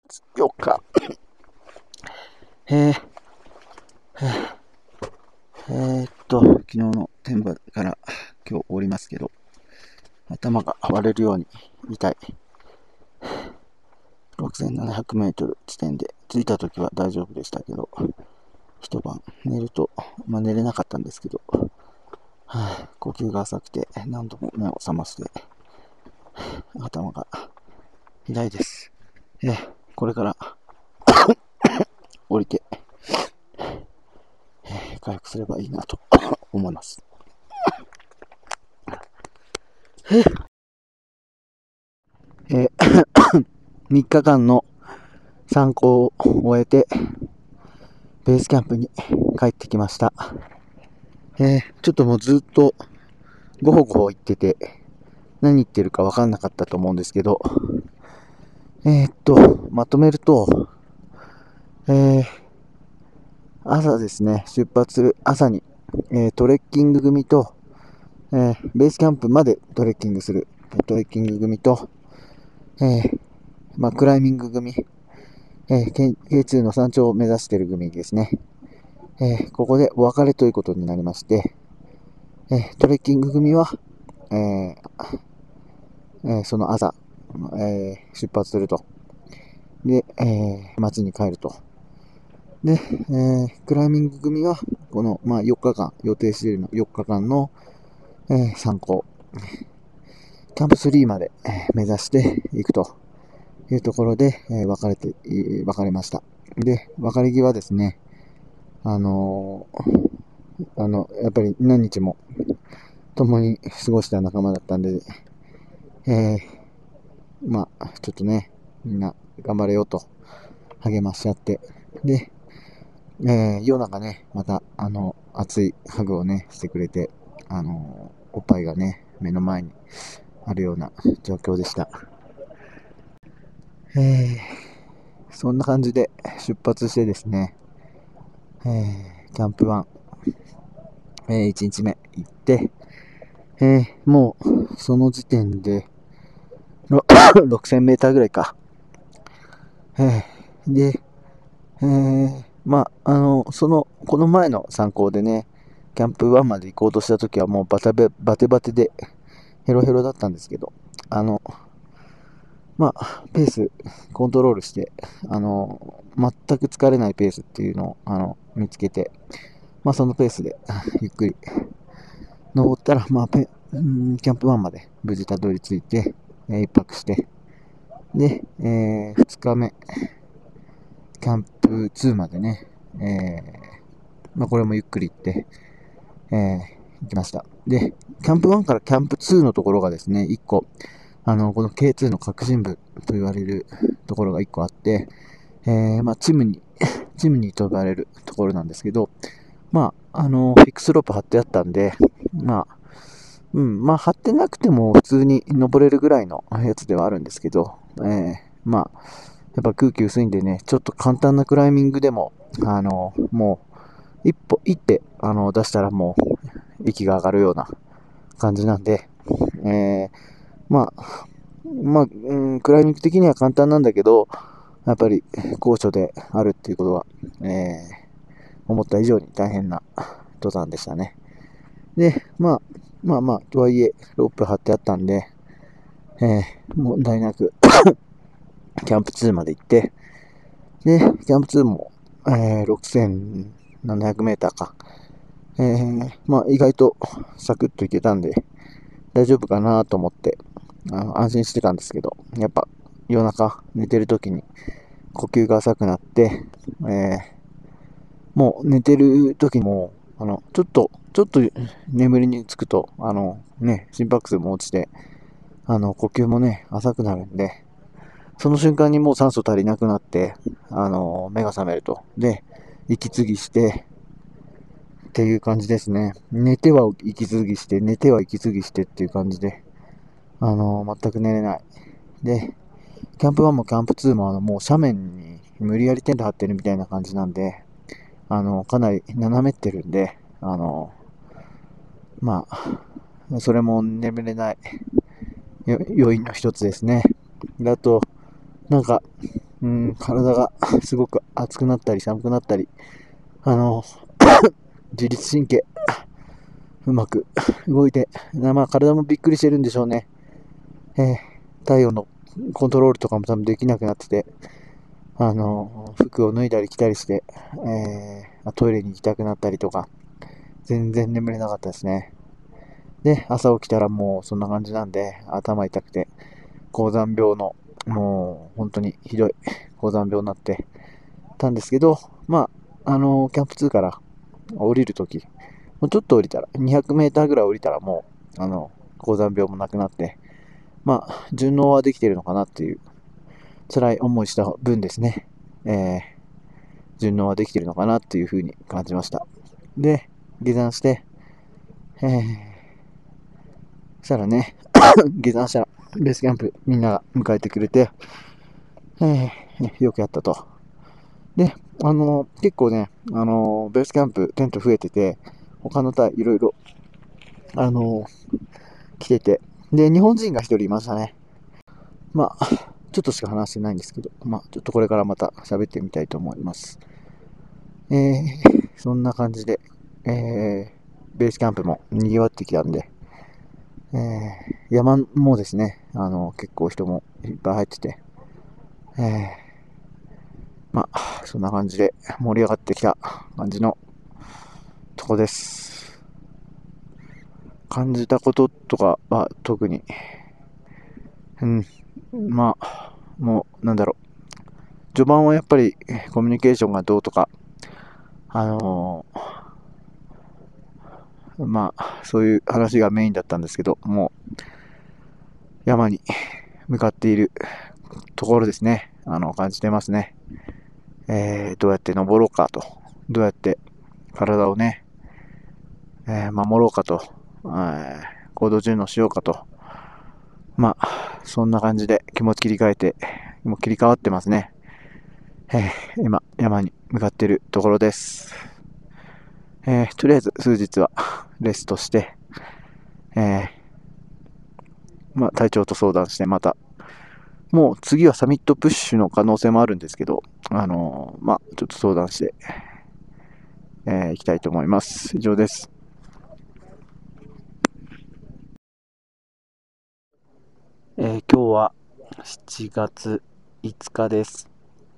月4日。え昨日の天場から今日おりますけど、頭が割れるように痛い。6700メートル地点で着いた時は大丈夫でしたけど、一晩寝ると、寝れなかったんですけど、呼吸が浅くて何度も目を覚まして、頭が痛いです。これから降りて、回復すればいいなと思います。3日間の参考を終えて、ベースキャンプに帰ってきました。ちょっともうずっとごほごほ言ってて、何言ってるか分かんなかったと思うんですけど、まとめると、朝ですね、出発する朝に、トレッキング組と、ベースキャンプまでトレッキングするトレッキング組と、クライミング組、K2 の山頂を目指している組ですね。ここでお別れということになりまして、トレッキング組は、その朝、出発すると。で、町に帰ると。で、クライミング組は、この、4日間、予定しているの4日間の、参考、キャンプ3まで、目指していくというところで、別れました。で、別れ際ですね、やっぱり何日も共に過ごした仲間だったんで、ちょっとね、みんな頑張れよと励まし合って、で、夜中ね、また、熱いハグをね、してくれて、おっぱいがね、目の前にあるような状況でした。そんな感じで出発してですね、キャンプ1、1日目行って、もう、その時点で、6000メーターぐらいか。で、この前の参考でね、キャンプ1まで行こうとした時はもうバテバテでヘロヘロだったんですけど、ペースコントロールして、全く疲れないペースっていうのを、見つけて、そのペースでゆっくり登ったら、キャンプ1まで無事たどり着いて、一泊して、で、2日目、キャンプ2までね、これもゆっくり行って、行きました。で、キャンプ1からキャンプ2のところがですね、1個、この K2 の核心部と言われるところが1個あって、チムにと呼ばれるところなんですけど、フィックスロープ貼ってあったんで、貼ってなくても普通に登れるぐらいのやつではあるんですけど、やっぱ空気薄いんでね、ちょっと簡単なクライミングでも、もう、一手、出したらもう、息が上がるような感じなんで、クライミング的には簡単なんだけど、やっぱり高所であるっていうことは、思った以上に大変な登山でしたね。で、とはいえ、ロープ張ってあったんで、問題なくキャンプ2まで行って、で、キャンプ2も、6700メーターか。意外とサクッと行けたんで、大丈夫かなと思って、安心してたんですけど、やっぱ夜中寝てる時に呼吸が浅くなって、もう寝てる時も、ちょっと眠りにつくと、心拍数も落ちて、呼吸もね、浅くなるんで、その瞬間にもう酸素足りなくなって、目が覚めると。で、息継ぎして、っていう感じですね。寝ては息継ぎして、寝ては息継ぎしてっていう感じで、全く寝れない。で、キャンプ1もキャンプ2ももう斜面に無理やりテント張ってるみたいな感じなんで、かなり斜めってるんで、それも眠れない要因の一つですね。であと、 体がすごく熱くなったり寒くなったり、自律神経うまく動いて、まあ体もびっくりしてるんでしょうね。体温のコントロールとかも多分できなくなってて、服を脱いだり着たりして、トイレに行きたくなったりとか、全然眠れなかったですね。で、朝起きたらもうそんな感じなんで、頭痛くて、高山病の、もう本当にひどい高山病になってたんですけど、まあ、キャンプ2から降りるとき、もうちょっと降りたら、200メーターぐらい降りたらもう、高山病もなくなって、まあ、順応はできているのかなっていう、辛い思いした分ですね、順応はできているのかなっていうふうに感じました。で、下山して、したらね、下山したら、ベースキャンプみんなが迎えてくれて、よくやったと。で、結構ね、ベースキャンプテント増えてて、他の隊いろいろ、来てて、で、日本人が一人いましたね。まあ、ちょっとしか話してないんですけど、まあ、ちょっとこれからまた喋ってみたいと思います。そんな感じで、ベースキャンプも賑わってきたんで、山もですね、結構人もいっぱい入ってて、まあ、そんな感じで盛り上がってきた感じのとこです。感じたこととかは特に、まあ、もう、なんだろう。序盤はやっぱりコミュニケーションがどうとか、まあ、そういう話がメインだったんですけど、もう、山に向かっているところですね。感じてますね。どうやって登ろうかと。どうやって体をね、守ろうかと。行動順応しようかと。まあ、そんな感じで気持ち切り替えて、もう切り替わってますね。今、山に向かっているところです。とりあえず数日はレストして、まあ、隊長と相談して、また、もう次はサミットプッシュの可能性もあるんですけど、まあ、ちょっと相談して、いきたいと思います。以上です。今日は7月5日です。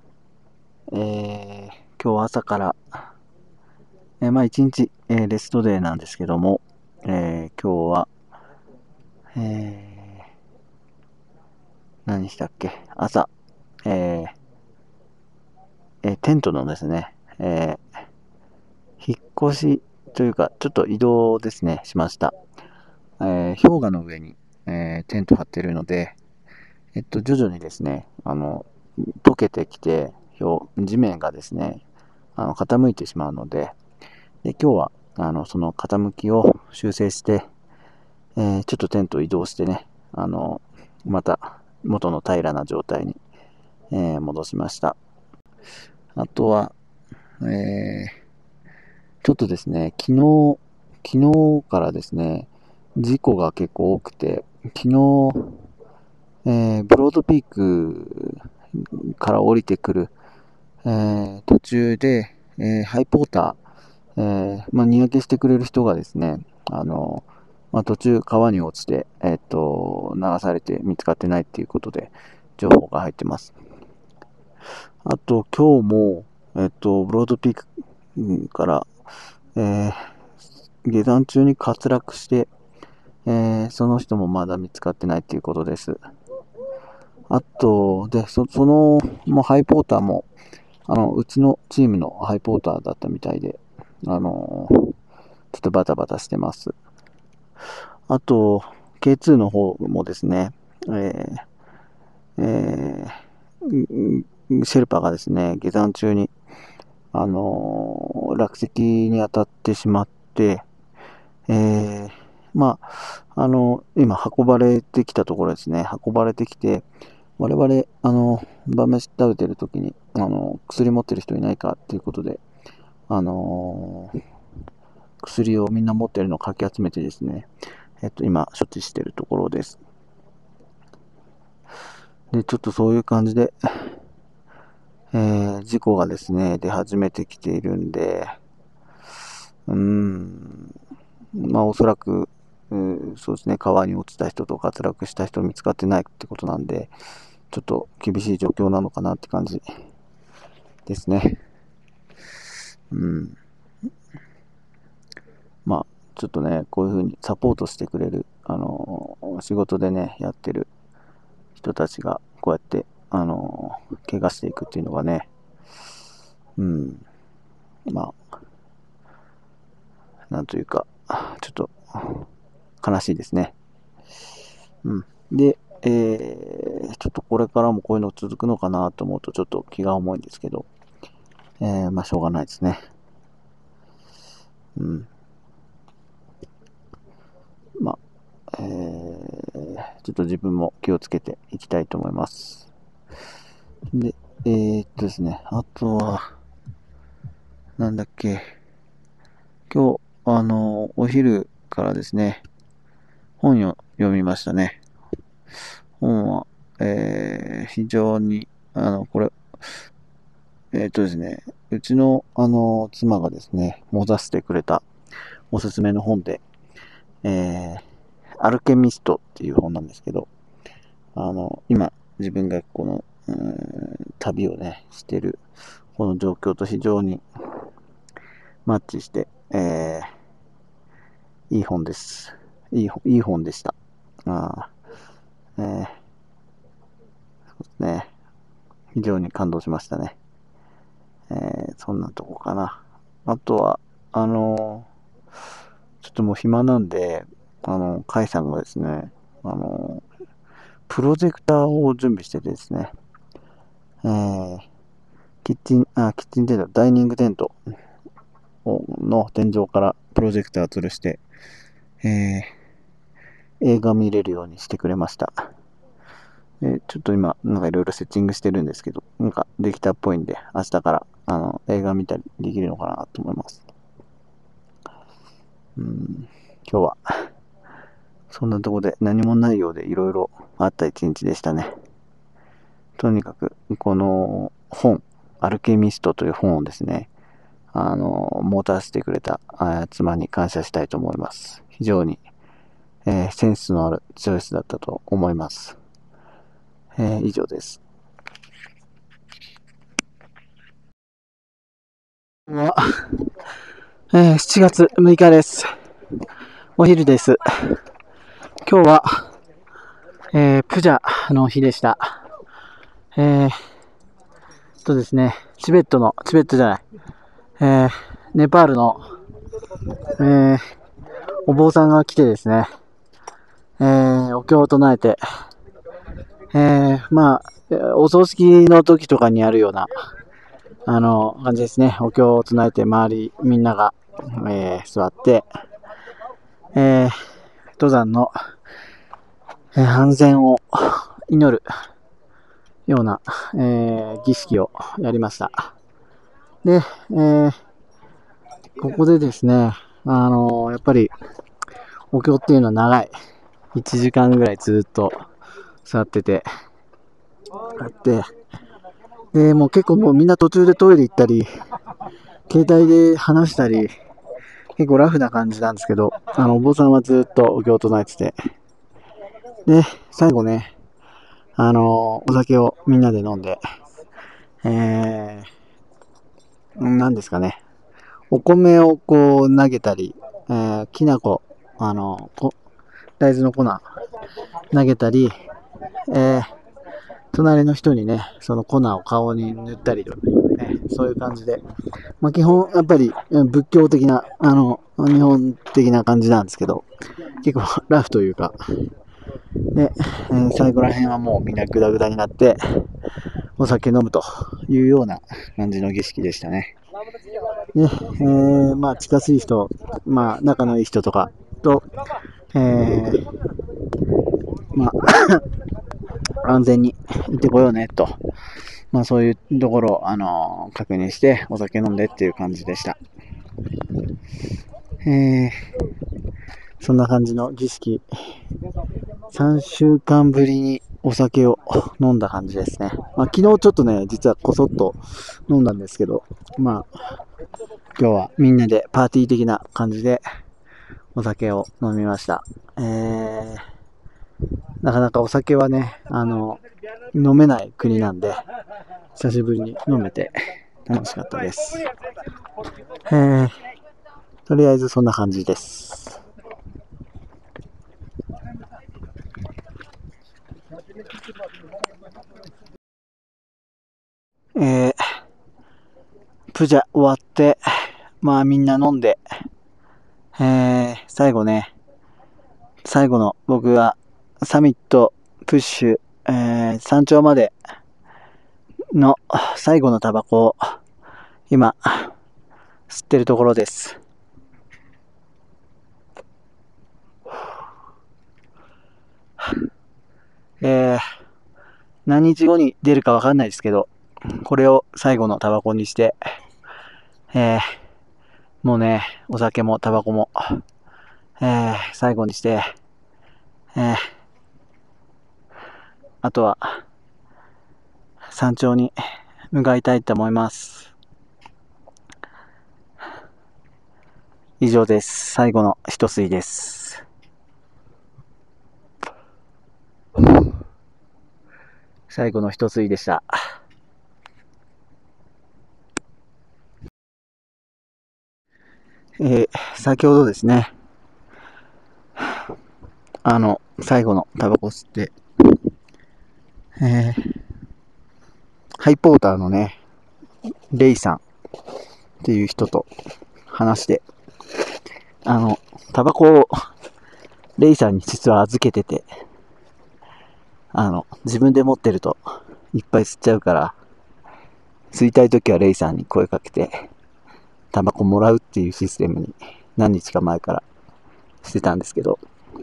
今日朝から、まあ一日、レストデーなんですけども、今日は、何したっけ朝、えテントのですね、引っ越しというか、ちょっと移動ですね、しました。氷河の上に、テント張ってるので、徐々にですね、溶けてきて、地面がですね、傾いてしまうので、今日は、その傾きを修正して、ちょっとテントを移動してね、また元の平らな状態に、戻しました。あとは、ちょっとですね、昨日からですね、事故が結構多くて、昨日、ブロードピークから降りてくる、途中で、ハイポーター、まあ、荷分けしてくれる人がですね、まあ、途中川に落ちて、流されて見つかってないっていうことで、情報が入ってます。あと、今日も、ブロードピークから、下山中に滑落して、その人もまだ見つかってないっていうことです。あと、で、もうハイポーターも、うちのチームのハイポーターだったみたいで、ちょっとバタバタしてます。あと、K2 の方もですね、えシェルパがですね、下山中に、落石に当たってしまって、まあ、今運ばれてきたところですね、運ばれてきて、我々、晩飯食べてる時に、薬持ってる人いないかっていうことで、薬をみんな持ってるのをかき集めてですね、今、処置してるところです。で、ちょっとそういう感じで、 事故がですね、出始めてきているんで、まあおそらく、そうですね、川に落ちた人と滑落した人見つかってないってことなんで、ちょっと厳しい状況なのかなって感じですね。まあ、ちょっとね、こういう風にサポートしてくれる、仕事でね、やってる人たちが、こうやって、怪我していくっていうのがね、まあ、なんというか、ちょっと、悲しいですね。で、ちょっとこれからもこういうの続くのかなと思うと、ちょっと気が重いんですけど、まあ、しょうがないですね。まあ、ちょっと自分も気をつけていきたいと思います。で、ですね、あとは、なんだっけ、今日、お昼からですね、本を読みましたね。本は、非常に、これ、ですね、うちの、妻がですね、持たせてくれたおすすめの本で、えー、アルケミストっていう本なんですけど、今、自分がこの、旅をね、してる、この状況と非常にマッチして、いい本です。いい本でした。あそうですね。非常に感動しましたね。そんなとこかな。あとは、ちょっともう暇なんで、カイさんがですね、プロジェクターを準備しててですね、キッチンテント、ダイニングテントの天井からプロジェクター吊るして、え映画見れるようにしてくれました。ちょっと今、なんかいろいろセッティングしてるんですけど、なんかできたっぽいんで、明日から、映画見たりできるのかなと思います。今日は、そんなとこで何もないようでいろいろあった一日でしたね。とにかく、この本、アルケミストという本をですね、持たせてくれた妻に感謝したいと思います。非常に、センスのあるチョイスだったと思います。以上です。7月6日です。お昼です。今日は、プジャの日でした。ですね、チベットじゃない、ネパールの、お坊さんが来てですね、お経を唱えて、まあ、お葬式の時とかにあるような、感じですね。お経を唱えて、周り、みんなが、座って、登山の、安全を祈るような、儀式をやりました。で、ここでですね、やっぱり、お経っていうのは長い。1時間ぐらいずっと座ってて、やって、で、もう結構もうみんな途中でトイレ行ったり、携帯で話したり、結構ラフな感じなんですけど、お坊さんはずっとお経を唱えてて、で、最後ね、お酒をみんなで飲んで、何ですかね、お米をこう投げたり、きな粉、大豆の粉投げたり、隣の人にね、その粉を顔に塗ったりとかね、そういう感じで、まあ基本やっぱり仏教的な、日本的な感じなんですけど、結構ラフというか、で、最後ら辺はもうみんなグダグダになって、お酒飲むというような感じの儀式でしたね。で、まあ近しい人、まあ仲のいい人とかと、まあ安全に行ってこようねと、まあそういうところを、確認してお酒飲んでっていう感じでした。そんな感じの儀式、3週間ぶりにお酒を飲んだ感じですね。まあ、昨日ちょっとね、実はこそっと飲んだんですけど、まあ、今日はみんなでパーティー的な感じでお酒を飲みました。なかなかお酒はね、飲めない国なんで、久しぶりに飲めて楽しかったです。とりあえずそんな感じです。プジャ終わって、まあみんな飲んで、最後ね、最後の僕がサミットプッシュ、山頂までの最後のタバコを今吸ってるところです。何日後に出るかわかんないですけど、これを最後のタバコにして、もうね、お酒もタバコも、最後にして、あとは山頂に向かいたいと思います。以上です。最後の一吸いです。最後の一吸いでした。先ほどですね、最後のタバコ吸って、ハイポーターのね、レイさんっていう人と話して、タバコをレイさんに実は預けてて、自分で持ってるといっぱい吸っちゃうから、吸いたいときはレイさんに声かけて、タバコもらうっていうシステムに何日か前からしてたんですけど、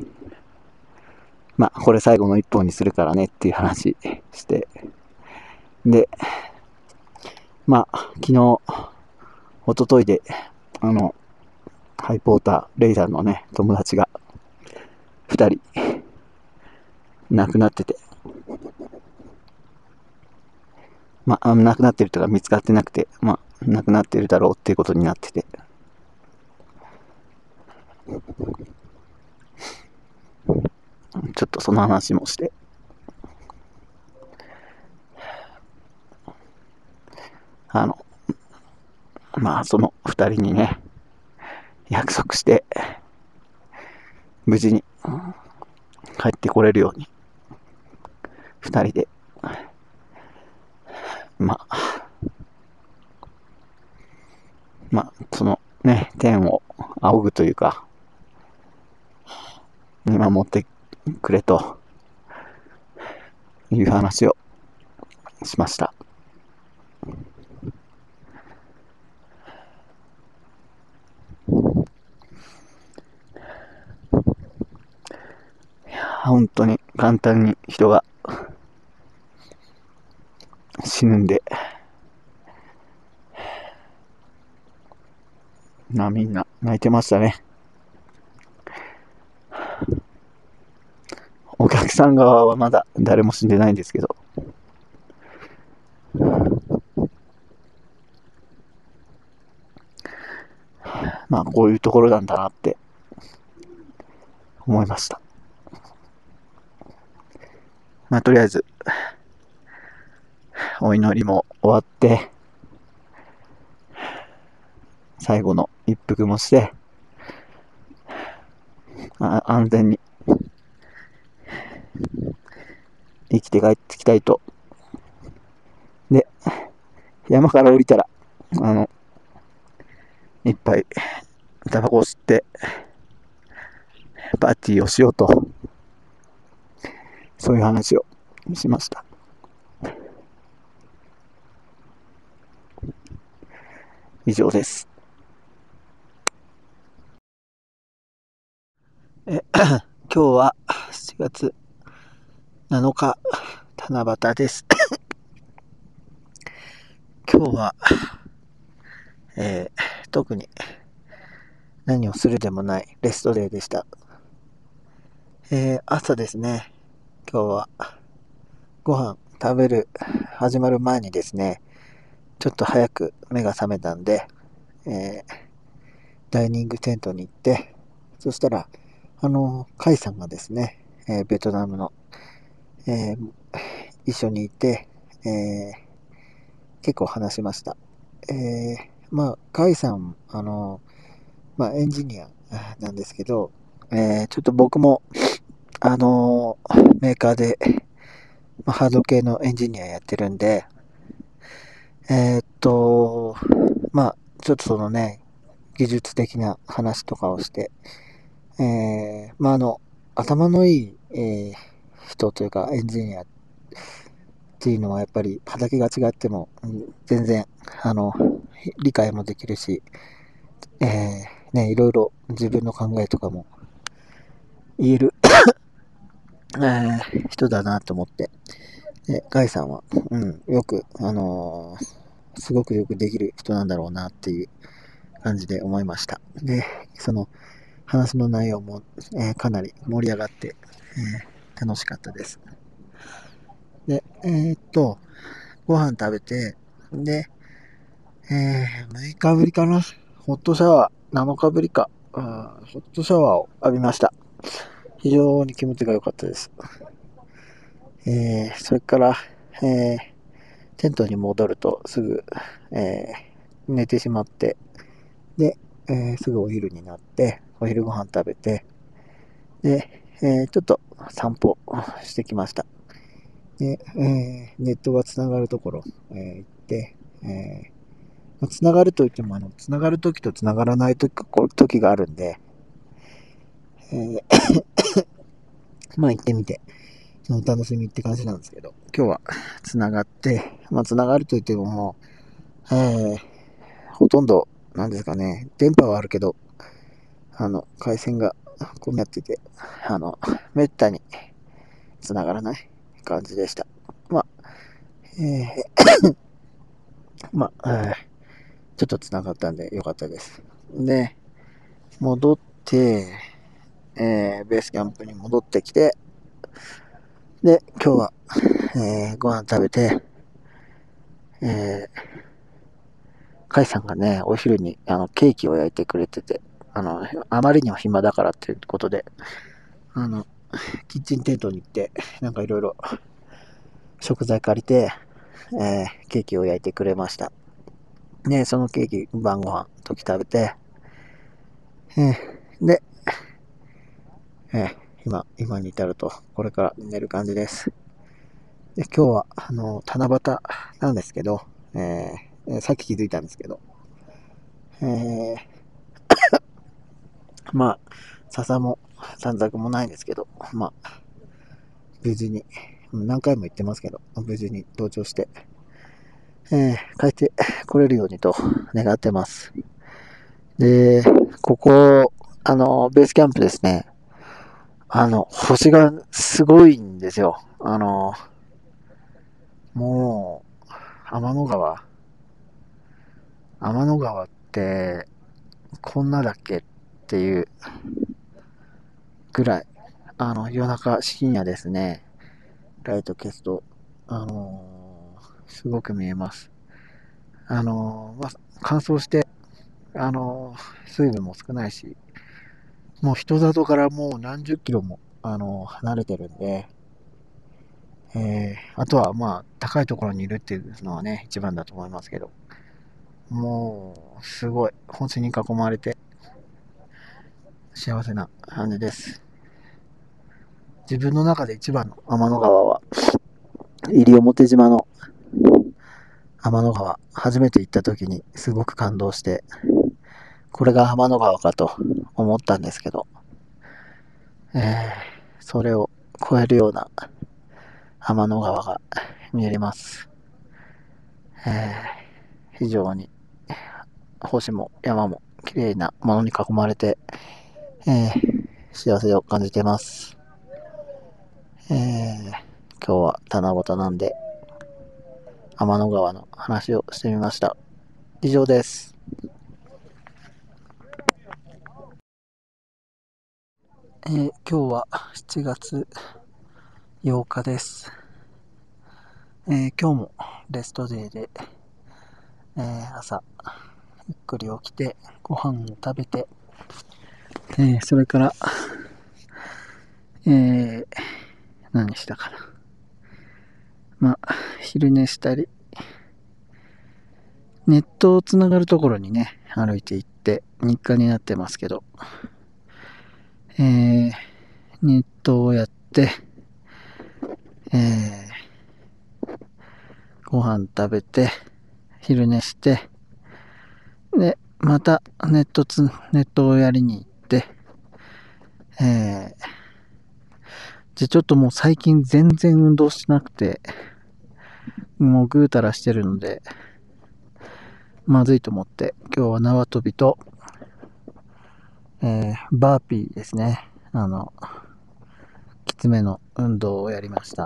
まあ、これ最後の一本にするからねっていう話して、で、まあ、昨日、一昨日で、ハイポーター、レイさんのね、友達が二人亡くなってて、まあ、亡くなってるとか見つかってなくて、まあ、亡くなってるだろうっていうことになってて、ちょっとその話もして、まあ、その二人にね、約束して、無事に帰ってこれるように、二人で、まあ、そのね、天を仰ぐというか、見守ってくれという話をしました。本当に簡単に人が死ぬんで、みんな泣いてましたね。お客さん側はまだ誰も死んでないんですけど、まあこういうところなんだなって思いました。まあとりあえず、お祈りも終わって、最後の一服もして、安全に生きて帰ってきたいと。で、山から降りたら、いっぱいタバコを吸って、パーティーをしようと、そういう話をしました。以上です。今日は7月7日、七夕です。今日は、特に何をするでもないレストデーでした。朝ですね、今日はご飯始まる前にですね、ちょっと早く目が覚めたんで、ダイニングテントに行って、そしたら、カイさんがですね、ベトナムの、えー一緒にいて、結構話しました。カイさん、エンジニアなんですけど、ちょっと僕も、メーカーで、ハード系のエンジニアやってるんで、えーっと、ちょっとそのね、技術的な話とかをして、頭のいい、人というかエンジニアっていうのはやっぱり畑が違っても、全然、理解もできるし、いろいろ自分の考えとかも言える、人だなと思って、で、ガイさんは、よく、すごくよくできる人なんだろうなっていう感じで思いました。で、その話の内容も、かなり盛り上がって、楽しかったです。で、ご飯食べて、で、6日ぶりかな。ホットシャワー、7日ぶりか。ホットシャワーを浴びました。非常に気持ちが良かったです。それから、テントに戻るとすぐ、寝てしまって、で、すぐお昼になって、お昼ご飯食べて、で、ちょっと散歩してきました。で、ネットがつながるところ、行って、つながるといっても、つながるときとつながらないときがあるんで、行ってみて、その楽しみって感じなんですけど、今日はつながって、つながるといってももう、ほとんど、なんですかね、電波はあるけど、回線が混み合ってて、めったにつながらない感じでした。まあ、えまあ、ちょっとつながったんでよかったです。で、戻って、ベースキャンプに戻ってきて、で、今日は、ご飯食べて、カイさんがね、お昼にケーキを焼いてくれてて、あまりにも暇だからっていうことで、あの、キッチンテントに行って、なんかいろいろ食材借りて、ケーキを焼いてくれました。で、そのケーキ晩ご飯、時食べて、で、今に至ると、これから寝る感じです。で、今日は、七夕なんですけど、さっき気づいたんですけど、えー、笹も短冊もないんですけど、無事に、何回も言ってますけど、無事に登頂して、帰ってこれるようにと願ってます。で、ここ、ベースキャンプですね。星がすごいんですよ。もう、天の川って、こんなだっけっていうぐらい、夜中、深夜ですね、ライト消すと、すごく見えます。乾燥して、水分も少ないし、もう人里からもう何十キロも、離れてるんで、あとは高いところにいるっていうのはね、一番だと思いますけど、もう、すごい、星に囲まれて、幸せな感じです。自分の中で一番の天の川は、西表島の天の川、初めて行った時にすごく感動して、これが天の川かと思ったんですけど、それを超えるような天の川が見えます。非常に星も山も綺麗なものに囲まれて、幸せを感じています。今日は七夕なんで天の川の話をしてみました。以上です。今日は7月8日です。 今日もレストデーで、朝ゆっくり起きてご飯を食べて、それから、何したかな。昼寝したり、ネットをつながるところにね、歩いて行って日課になってますけど、ネットをやって、ご飯食べて、昼寝して、で、またネットをやりに行って、ちょっともう最近全然運動してなくて、もうぐうたらしてるので、まずいと思って、今日は縄跳びと、バーピーですね。きつめの運動をやりました。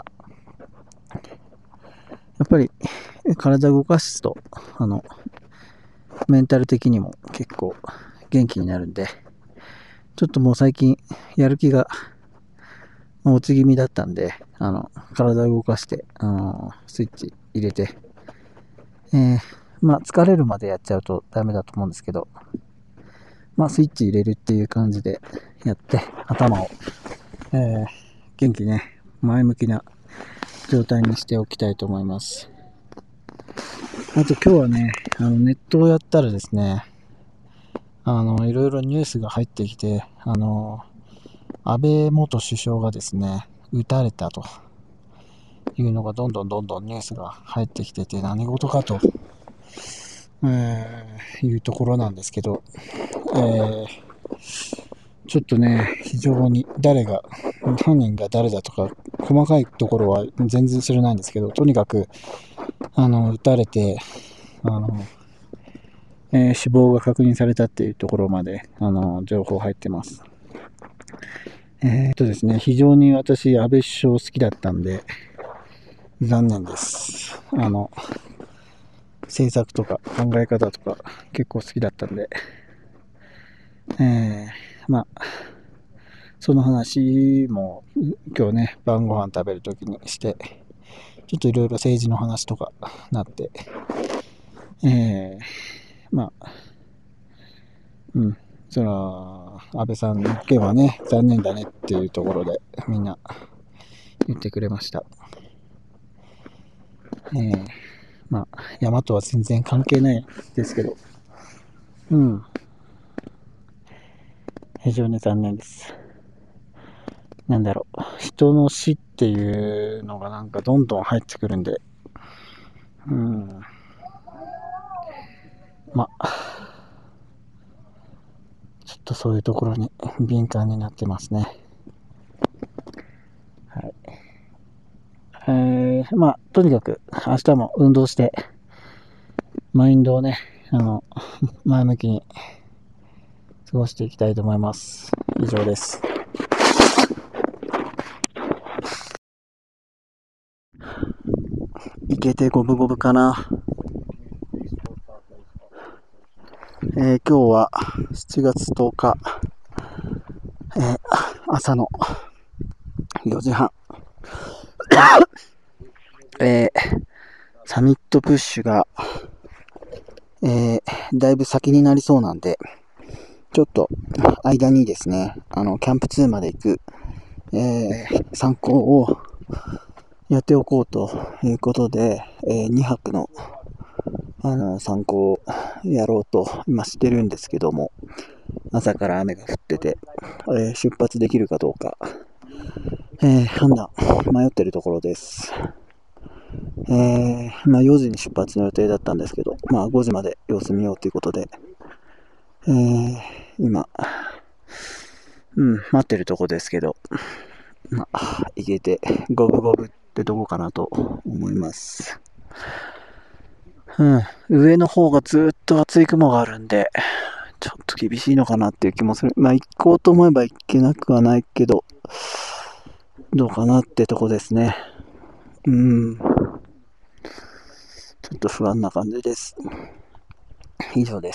やっぱり、体動かすと、メンタル的にも結構元気になるんで、ちょっともう最近、やる気が落ち気味だったんで、体を動かして、スイッチ入れて、疲れるまでやっちゃうとダメだと思うんですけど、スイッチ入れるっていう感じでやって、頭を、元気ね、前向きな状態にしておきたいと思います。あと今日はね、ネットをやったらですね、いろいろニュースが入ってきて、安倍元首相がですね、撃たれたというのがどんどんニュースが入ってきてて、何事かと、いうところなんですけど、ちょっとね、非常に犯人が誰だとか、細かいところは全然知らないんですけど、とにかく、撃たれて、死亡が確認されたっていうところまで、情報入ってます。ですね、非常に私、安倍首相好きだったんで、残念です。政策とか考え方とか結構好きだったんで、その話も今日ね、晩ご飯食べるときにして、ちょっといろいろ政治の話とかなって、安倍さんの件はね、残念だねっていうところでみんな言ってくれました。山とは全然関係ないですけど、非常に残念です。人の死っていうのがなんかどんどん入ってくるんで、ちょっとそういうところに敏感になってますね。はい。とにかく明日も運動して、マインドをね、前向きに過ごしていきたいと思います。以上です。いけて五分五分かな。今日は7月10日、朝の4時半、サミットプッシュが、だいぶ先になりそうなんで、ちょっと間にですね、キャンプ2まで行く、参考をやっておこうということで、2泊の、参考をやろうと今してるんですけども、朝から雨が降ってて、出発できるかどうか、判断迷ってるところです。4時に出発の予定だったんですけど、5時まで様子見ようということで、今、待ってるとこですけど、行けて五分五分ってとこかなと思います。上の方がずっと厚い雲があるんで、ちょっと厳しいのかなっていう気もする。行こうと思えば行けなくはないけど、どうかなってとこですね。ちょっと不安な感じです。以上です。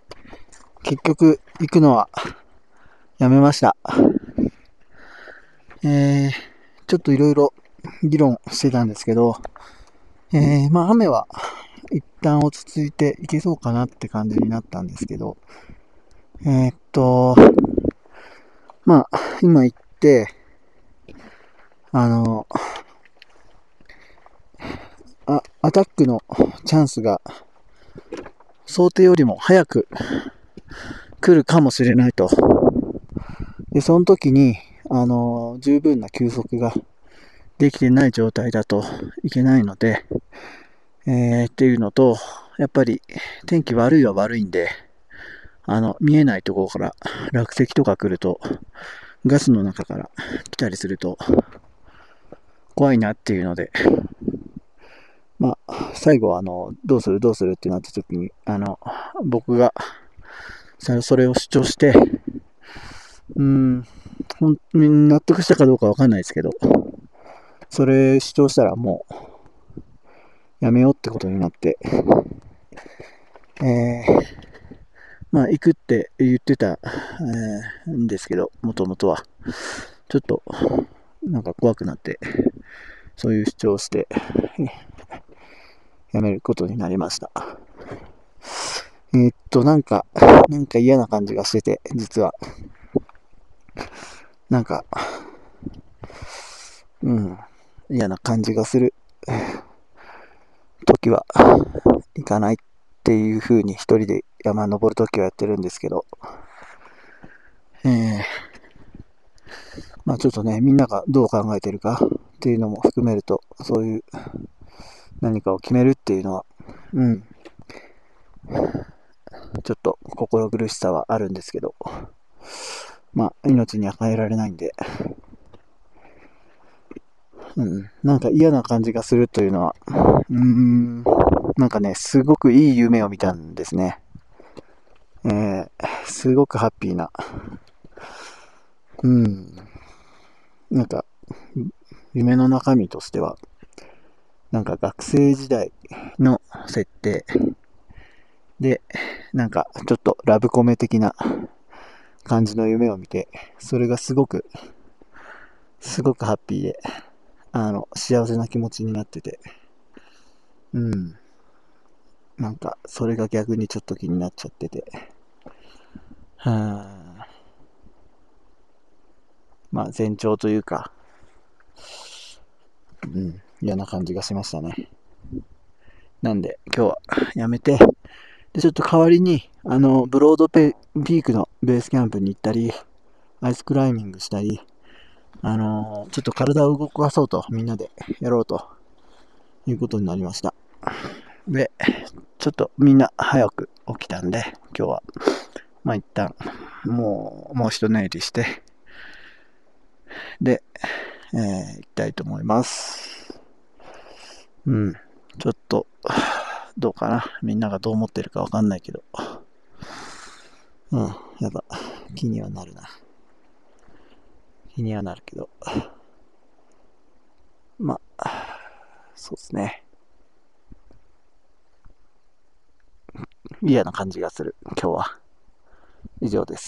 結局行くのはやめました。 えー、ちょっといろいろ議論してたんですけど、まあ雨は一旦落ち着いていけそうかなって感じになったんですけど、えーっと、まあ今言って、あの、アタックのチャンスが想定よりも早く来るかもしれないと。で、その時に、十分な休息ができてない状態だといけないので、っていうのと、やっぱり天気悪いは悪いんで、見えないところから落石とか来ると、ガスの中から来たりすると怖いなっていうので、まあ、最後はどうするってなった時に、僕がそれを主張して、納得したかどうかわかんないですけど、それ主張したらもうやめようってことになって、まあ行くって言ってた、んですけど、もともとはちょっとなんか怖くなって、そういう主張をしてやめることになりました。なんか嫌な感じがしてて、実は。なんか、嫌な感じがする時は行かないっていう風に一人で山登る時はやってるんですけど、まあちょっとね、みんながどう考えてるかっていうのも含めると、そういう何かを決めるっていうのは、ちょっと心苦しさはあるんですけど、まあ命には変えられないんで、なんか嫌な感じがするというのは、なんかね、すごくいい夢を見たんですね。すごくハッピーな。なんか、夢の中身としては、なんか学生時代の設定で、なんかちょっとラブコメ的な感じの夢を見て、それがすごくハッピーで、幸せな気持ちになってて、なんか、それが逆にちょっと気になっちゃってて、まあ、前兆というか、嫌な感じがしましたね。なんで、今日はやめて、で、ちょっと代わりに、ブロードピークのベースキャンプに行ったり、アイスクライミングしたり、ちょっと体を動かそうと、みんなでやろうということになりました。で、ちょっとみんな早く起きたんで、今日は、まあ一旦、もう一寝入りして、で、行きたいと思います。ちょっと、どうかな。みんながどう思ってるかわかんないけど。やっぱ、気にはなるな。気にはなるけど。まあ、そうですね。嫌な感じがする、今日は。以上です。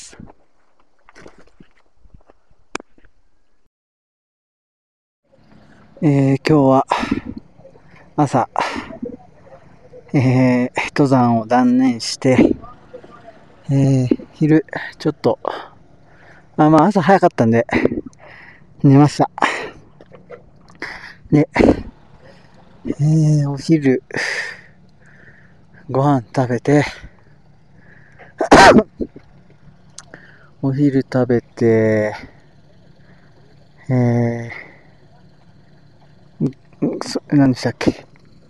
今日は、朝、登山を断念して、昼、ちょっと、まあ朝早かったんで、寝ました。で、お昼、ご飯食べて、お昼食べて、何でしたっけ。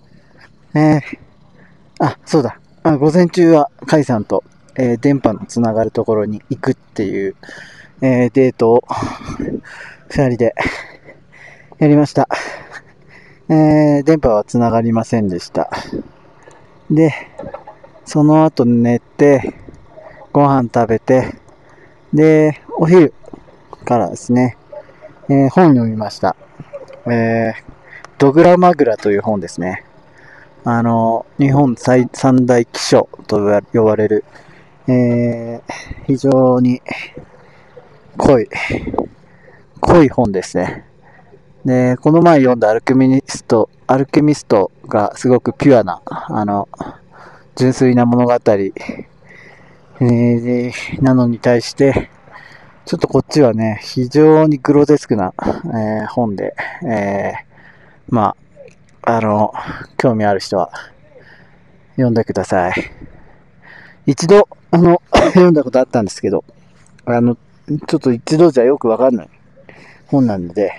そうだ。午前中はカイさんと、電波のつながるところに行くっていう、デートを二人でやりました。電波はつながりませんでした。で、その後寝て、ご飯食べて、で、お昼からですね、本読みました。ドグラマグラという本ですね。日本三大奇書と呼ばれる、非常に濃いぽい本ですね。で、この前読んだアルケミストがすごくピュアな、純粋な物語、なのに対して、ちょっとこっちはね、非常にグロテスクな、本で、ま興味ある人は読んでください。一度、読んだことあったんですけど、ちょっと一度じゃよくわかんない本なので、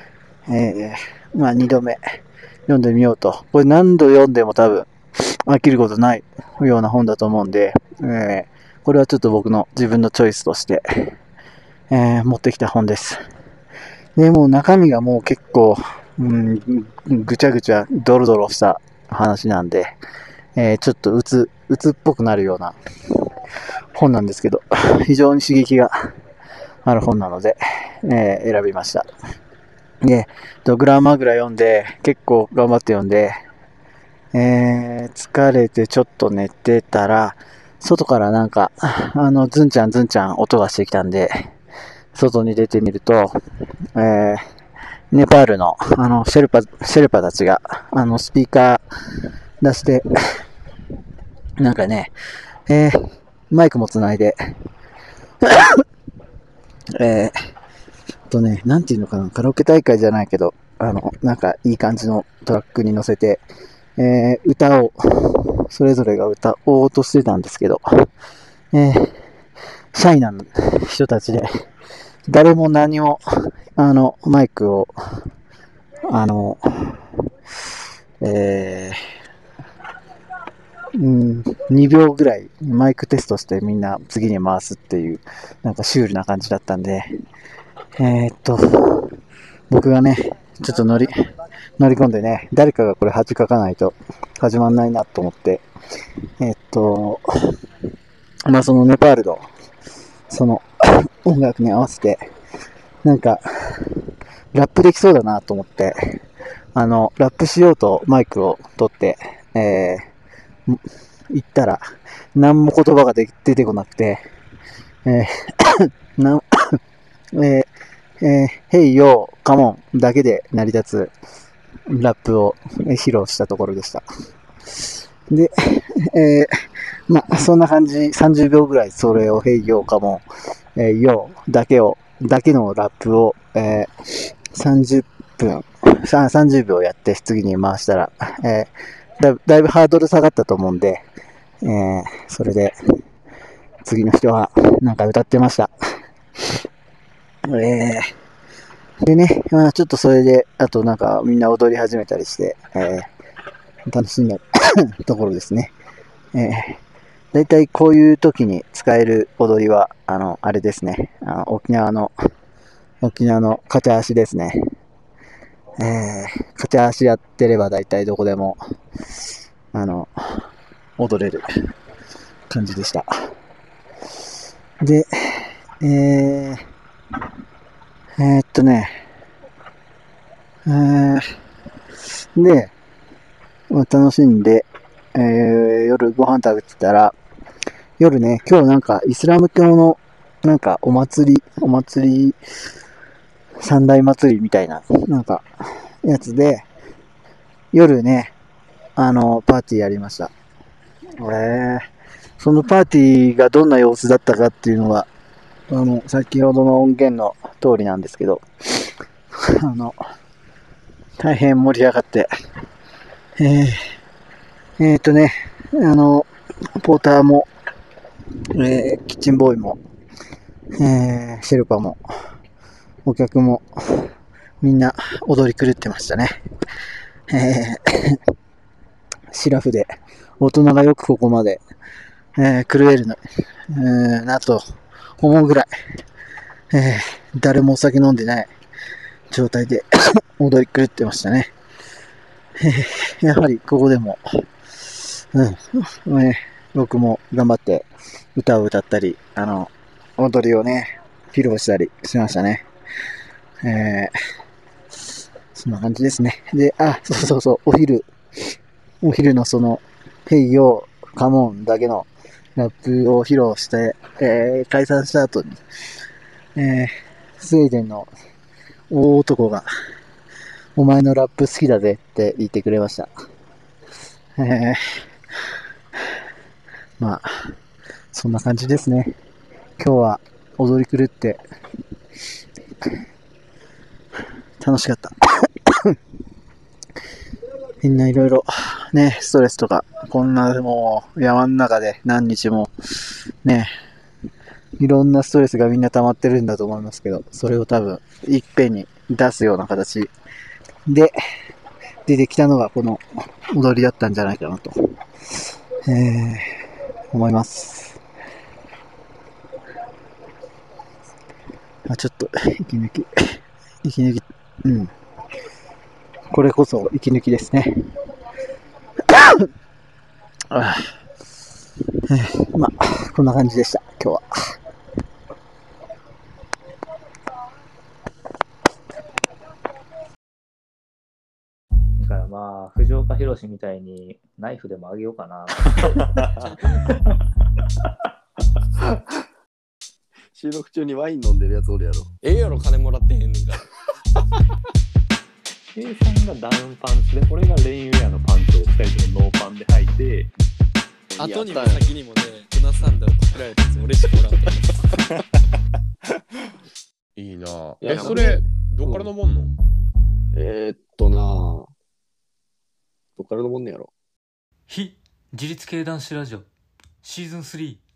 二度目読んでみようと。これ何度読んでも多分飽きることないような本だと思うんで、これはちょっと僕の自分のチョイスとして、持ってきた本です。で、もう中身がもう結構、ぐちゃぐちゃドロドロした話なんで、ちょっとうつっぽくなるような本なんですけど、非常に刺激がある本なので、選びました。で、グラマーぐらい読んで、結構頑張って読んで、疲れてちょっと寝てたら、外からなんか、ズンちゃん音がしてきたんで、外に出てみると、ネパールの、シェルパたちが、スピーカー出して、なんかね、マイクもつないで、なんていうのかな、カラオケ大会じゃないけど、なんかいい感じのトラックに乗せて、歌を、それぞれが歌おうとしてたんですけど、シャイな人たちで、誰も何も、マイクを、2秒ぐらいマイクテストしてみんな次に回すっていう、なんかシュールな感じだったんで、僕がね、ちょっと乗り込んでね、誰かがこれ恥かかないと始まんないなと思って、そのネパールの、その音楽に合わせて、なんか、ラップできそうだなと思って、ラップしようとマイクを取って、言ったら、何も言葉が出てこなくて、ヘイヨーカモンだけで成り立つラップを披露したところでした。で、そんな感じ、30秒ぐらいそれをヘイヨーカモン、ヨーだけのラップを、30秒やって次に回したら、だいぶハードル下がったと思うんで、それで、次の人はなんか歌ってました。でね、ちょっとそれで、あとなんかみんな踊り始めたりして、楽しんだところですね。だいたいこういう時に使える踊りは、あれですね。沖縄の片足ですね。片足やってればだいたいどこでも、踊れる感じでした。で、で、楽しんで、夜ご飯食べてたら、夜ね、今日なんかイスラム教のなんかお祭り、三大祭りみたいな、なんか、やつで、夜ね、パーティーやりました。そのパーティーがどんな様子だったかっていうのは、先ほどの音源の通りなんですけど、大変盛り上がって、ポーターも、キッチンボーイも、シェルパも、お客も、みんな踊り狂ってましたね。シラフで、大人がよくここまで、狂えるの、なと思うぐらい、誰もお酒飲んでない状態で踊り狂ってましたね。やはりここでも、僕も頑張って歌を歌ったり、踊りをね、披露したりしましたね。そんな感じですね。で、そう、お昼のその、ヘイヨー、カモンだけのラップを披露して、解散した後に、スウェーデンの大男が、お前のラップ好きだぜって言ってくれました。まあ、そんな感じですね。今日は踊り狂って楽しかった。みんないろいろね、ストレスとか、こんなもう山の中で何日もね、いろんなストレスがみんな溜まってるんだと思いますけど、それを多分いっぺんに出すような形で出てきたのがこの踊りだったんじゃないかなと、思います。ちょっと息抜き、うん。これこそ息抜きですね。まあ、こんな感じでした、今日は。 だからまあ、藤岡弘みたいにナイフでもあげようかな。 収録中にワイン飲んでるやつおるやろ。 ええやろ、金もらってへんねんから。 A さんがダウンパンツで、俺がレインウェアのパンツを2人ともノーパンで履いて、 後にも先にもね、ルナサンダルパクられたやつ俺しかおらんと思う。 いいなぁ。 いやそれ、どっから飲もんの？ どっから飲もんねやろ。 非自立系男子ラジオシーズン3